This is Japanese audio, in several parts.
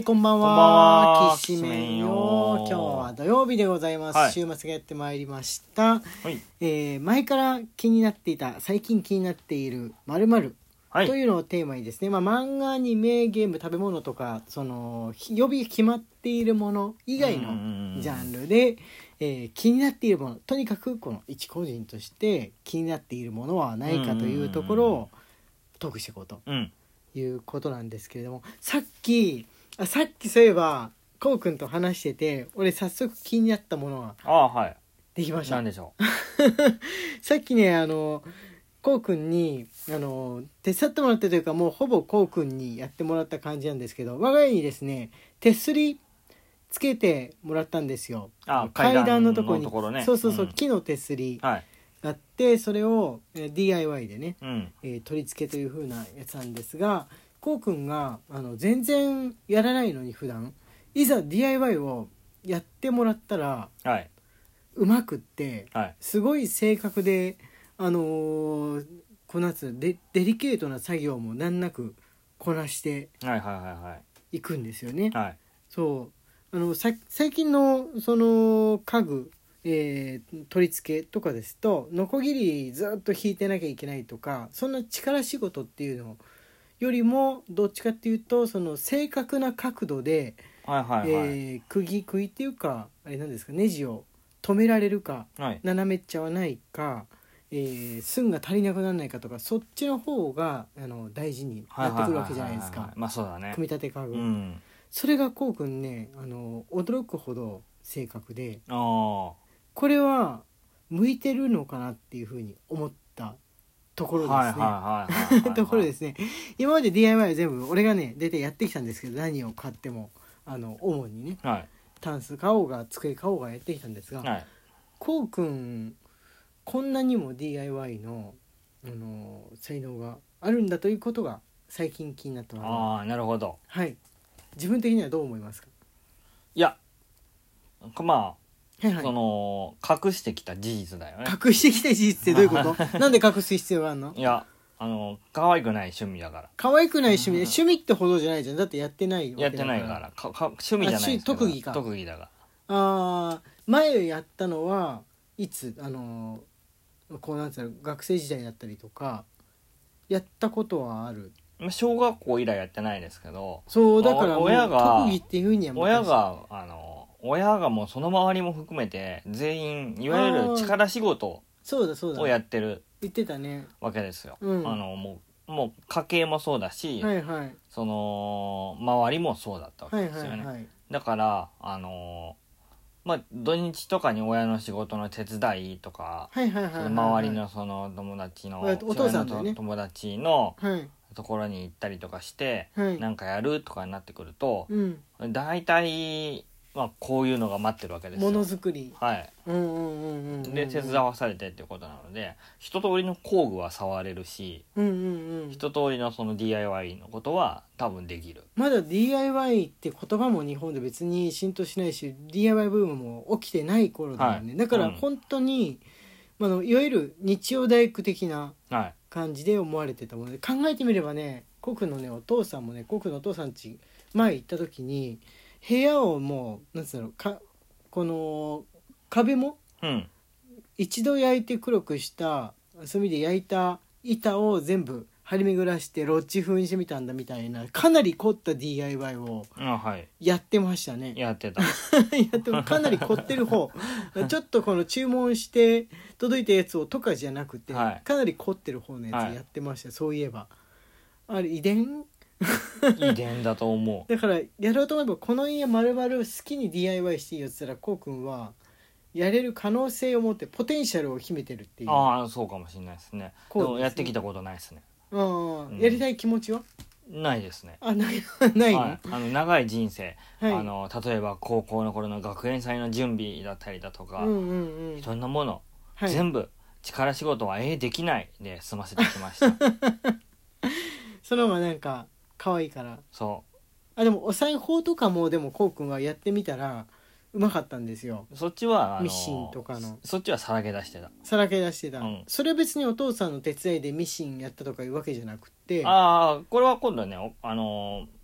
こんばんこんばんは。 はきしめんよ。 きしめんよ今日は土曜日でございます。 はい週末がやってまいりました。 はい前から気になっていた、最近気になっている〇〇 はいというのをテーマにですね、漫画、アニメ、ゲーム、食べ物とか、その曜日が決まっているもの以外のジャンルで、気になっているもの、とにかくこの一個人として気になっているものはないかというところをトークしていこうということなんですけれども、さっきそういえばこうくんと話してて、俺早速気になったものがはいできました。 何でしょさっきね、こうくんに手伝ってもらってというか、もうほぼこうくんにやってもらった感じなんですけど、我が家にですね手すりつけてもらったんですよ。階段のところに、 ね、 そう、木の手すりがあって、それを DIY でね、取り付けという風なやつなんですが、こうくんが全然やらないのに、普段いざ DIY をやってもらったら、うまくって、すごい正確で、この夏デリケートな作業も難なくこなしていくんですよね。そう最近のその家具、取り付けとかですと、ノコギリずっと引いてなきゃいけないとか、そんな力仕事っていうのよりも、どっちかっていうとその正確な角度で、釘っていうか、あれなんですか、ネジを止められるか、斜めっちゃわないか、寸が足りなくならないかとか、そっちの方が大事になってくるわけじゃないですか。組み立て家具、それがこうくんね、驚くほど正確で、これは向いてるのかなっていうふうに思ったところですね。ところですね。今まで DIY は全部俺がね出てやってきたんですけど、何を買っても主にね、タンス買おうが机買おうがやってきたんですが、こうくんこんなにも DIY の、才能があるんだということが最近気になったので。 なるほど。 自分的にはどう思いますか？ いや、その隠してきた事実だよね。 隠してきた事実ってどういうこと？なんで隠す必要があるの？ いや、可愛くない趣味だから。 可愛くない趣味、趣味ってほどじゃないじゃん。だってやってないわけだから。 やってないから趣味じゃないですけど、 特技か。 特技だから。 前やったのはいつこうなんつうの、学生時代だったりとかやったことはある？ 小学校以来やってないですけど、 そうだからもう親が特技っていうふうには親がもうその周りも含めて全員いわゆる力仕事をやってる言ってたねわけですよ。もう家計もそうだし、その周りもそうだったわけですよね。だから土日とかに親の仕事の手伝いとか、周りのその友達のお父さんの友達のところに行ったりとかして、なんかやるとかになってくると、大体こういうのが待ってるわけですよ。 ものづくり。 で手伝わされてっていうことなので、一通りの工具は触れるし、一通りのその DIY のことは多分できる。 まだ DIY って言葉も日本で別に浸透しないし、 DIY ブームも起きてない頃だよね。だから本当に、いわゆる日曜大工的な感じで思われてたもので、考えてみればね、コクのねお父さんもね、コクのお父さん家前行った時に、部屋をもうなんつうのか、この壁も、一度焼いて黒くした炭で焼いた板を全部張り巡らしてロッジ風にしてみたんだみたいな、かなり凝った DIY をやってましたね。 やってたかなり凝ってる方ちょっとこの注文して届いたやつをとかじゃなくて、かなり凝ってる方のやつやってました。そういえばあれ遺伝だと思う。だからやろうと思えば、この家丸々好きに DIY していいよって言ったら、こうくんはやれる可能性を持って、ポテンシャルを秘めてるっていう。 そうかもしれないですね。でもやってきたことないですね。 やりたい気持ちはないですね。 ないの？ 長い人生、例えば高校の頃の学園祭の準備だったりだとか、いろんなもの、全部力仕事はできないで済ませてきましたそのままなんか可愛いから。でもお裁縫とかも、でもこうくんはやってみたらうまかったんですよ。 そっちはミシンとかの、 そっちはさらけ出してた。 それは別にお父さんの手伝いでミシンやったとかいうわけじゃなくて、 これは今度はね、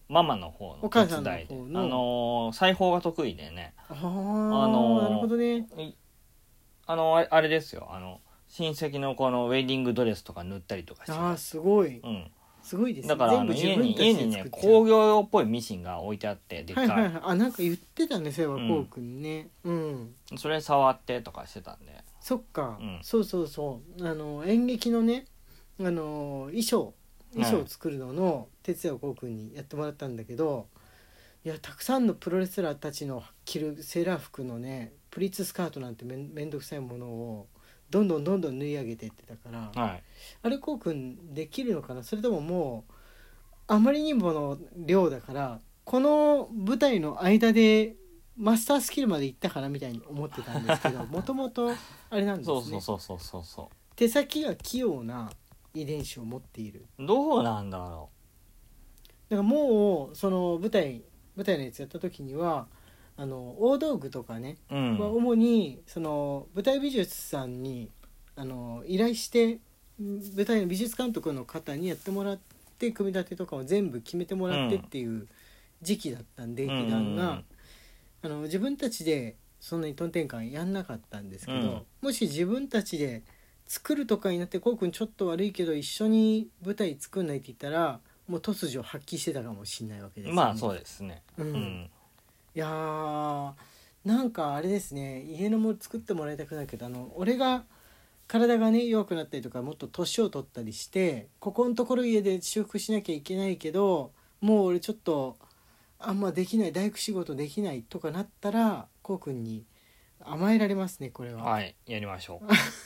ママの方の手伝いで裁縫が得意でねなるほどねあれですよ親戚のこのウェディングドレスとか塗ったりとかしてすごい、すごいですね。 だから家にね工業用っぽいミシンが置いてあってでっかい、 なんか言ってたねそういえばこうくんね、 それ触ってとかしてたんでそっか、そう演劇のね衣装を作るのの手伝いをこうくんにやってもらったんだけど、いやたくさんのプロレスラーたちの着るセーラー服のねプリーツスカートなんてめんどくさいものをどんどん縫い上げてってたから、あれこうくんできるのかな、それとももうあまりにもの量だからこの舞台の間でマスタースキルまでいったかなみたいに思ってたんですけどもともとあれなんですね。そう手先が器用な遺伝子を持っている。 どうなんだろう。だからもうその舞台のやつやった時には大道具とかね、主にその舞台美術さんに依頼して舞台の美術監督の方にやってもらって組み立てとかを全部決めてもらってっていう時期だったんで、劇団が自分たちでそんなにトンテンカンやんなかったんですけど、もし自分たちで作るとかになってこうくんちょっと悪いけど一緒に舞台作んないって言ったらもう突如発揮してたかもしれないわけですよね。 そうですね。 いやなんかあれですね、家のも作ってもらいたくないけど俺が体がね弱くなったりとかもっと年を取ったりしてここのところ家で修復しなきゃいけないけどもう俺ちょっとあんまできない大工仕事できないとかなったらこうくんに甘えられますねこれは。 はいやりましょ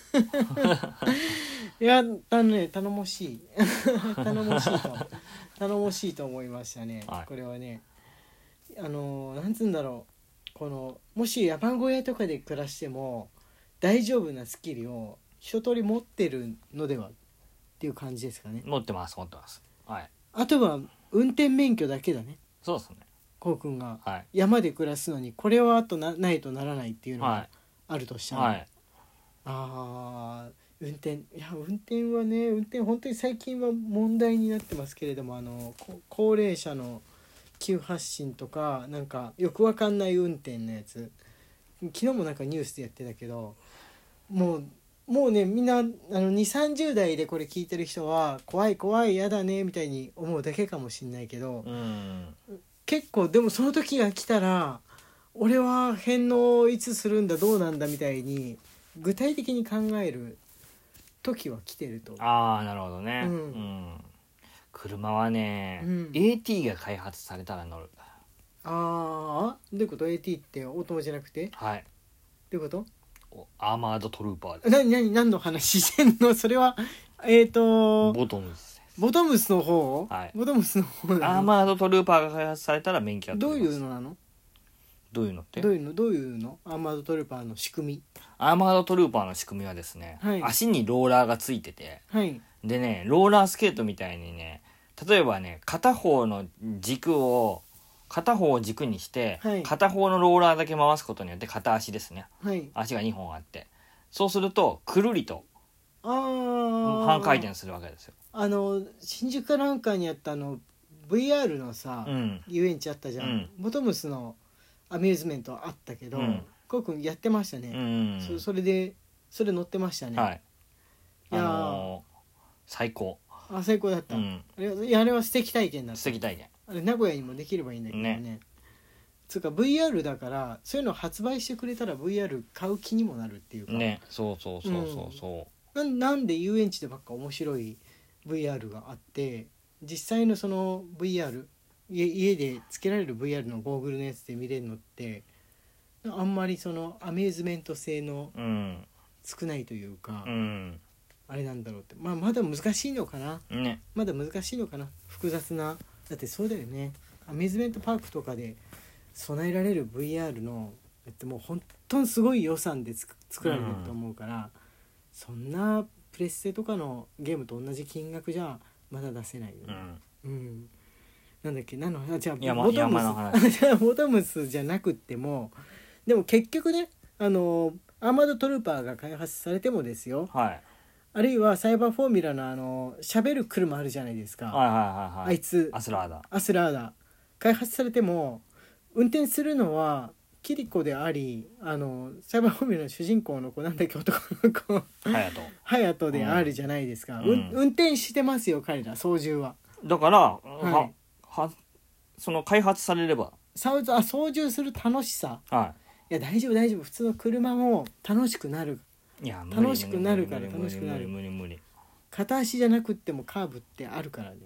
ういや頼もしい頼もしいと思いましたね、これはね。なんつうんだろう、このもし山小屋とかで暮らしても大丈夫なスキルを一通り持ってるのではっていう感じですかね。 持ってます。 あとは運転免許だけだね。 そうですね。 こうくんが山で暮らすのにこれはあとないとならないっていうのがあるとしたら、運転はね本当に最近は問題になってますけれども高齢者の急発進とかなんかよくわかんない運転のやつ昨日もなんかニュースでやってたけどもうねみんな2,30 代でこれ聞いてる人は怖いやだねみたいに思うだけかもしんないけど、結構でもその時が来たら俺は返納いつするんだどうなんだみたいに具体的に考える時は来てると。 なるほどね。車はね、AT が開発されたら乗る。 どういうこと？ AT ってオートマじゃなくて？どういうこと？ アーマードトルーパーです。何の話してんの？それはボトムス。 ボトムスの方？ボトムスの方。 アーマードトルーパーが開発されたら免許は取ります。どういうのなの？ どういうのって？ どういうの？アーマードトルーパーの仕組み。 アーマードトルーパーの仕組みはですね、足にローラーがついてて、でねローラースケートみたいにね、例えばね片方を軸にして、片方のローラーだけ回すことによって片足ですね、足が2本あってそうするとくるりと半回転するわけですよ。 新宿かなんかにあったVR のさ、遊園地あったじゃん、ボトムスのアミューズメントあったけど、こうくんやってましたね、それ乗ってましたね。いや最高だった、あれは素敵体験だった。 素敵体験あれ名古屋にもできればいいんだけどね。つうか VR だからそういうの発売してくれたら VR 買う気にもなるっていうかね。 なんで遊園地でばっか面白い VR があって実際のその VR 家でつけられる VR のゴーグルのやつで見れるのってあんまりそのアミューズメント性の少ないというか、あれなんだろうって、まだ難しいのかな、まだ難しいのかな、複雑な。だってそうだよね、アミューズメントパークとかで備えられる VR のもう本当にすごい予算で作られてると思うから、そんなプレステとかのゲームと同じ金額じゃまだ出せないよね。なんだっけ、じゃあボトムスじゃなくってもでも結局ねアーマードトルーパーが開発されてもですよ、あるいはサイバーフォーミュラの喋る車あるじゃないですか、あいつアスラーダ開発されても運転するのはキリコでありサイバーフォーミュラの主人公の子なんだっけ男の子隼人であるじゃないですか、運転してますよ彼ら操縦は。 だから、その開発されれば操縦する楽しさ、いや大丈夫普通の車も楽しくなる。 いや楽しくなるから楽しくなる。 無理片足じゃなくってもカーブってあるからね、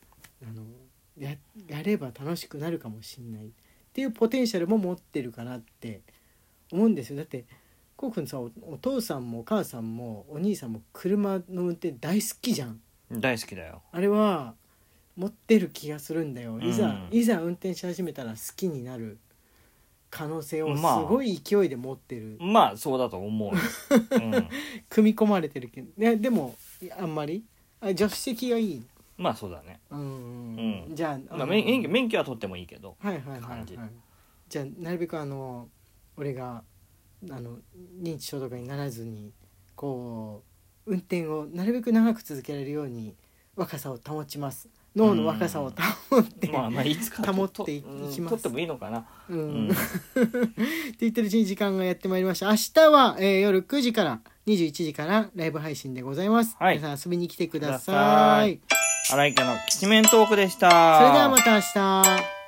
やれば楽しくなるかもしれないっていうポテンシャルも持ってるかなって思うんですよ。だってこうくんさ、お父さんもお母さんもお兄さんも車の運転大好きじゃん。 大好きだよ。 あれは持ってる気がするんだよ。いざ運転し始めたら好きになる可能性をすごい勢いで持ってる。 まあそうだと思う、 組み込まれてるけど、でもあんまり助手席がいい。 まあそうだね。 じゃあ、 免許は取ってもいいけど。 じゃあなるべく俺が認知症とかにならずにこう運転をなるべく長く続けられるように若さを保ちます。脳の若さを保って、 いつか保っていきます。 取ってもいいのかな。 って言ってるうちに時間がやってまいりました。明日は、夜9時から21時からライブ配信でございます。皆さん遊びに来てください。 荒井家のきしめんトークでした。 それではまた明日。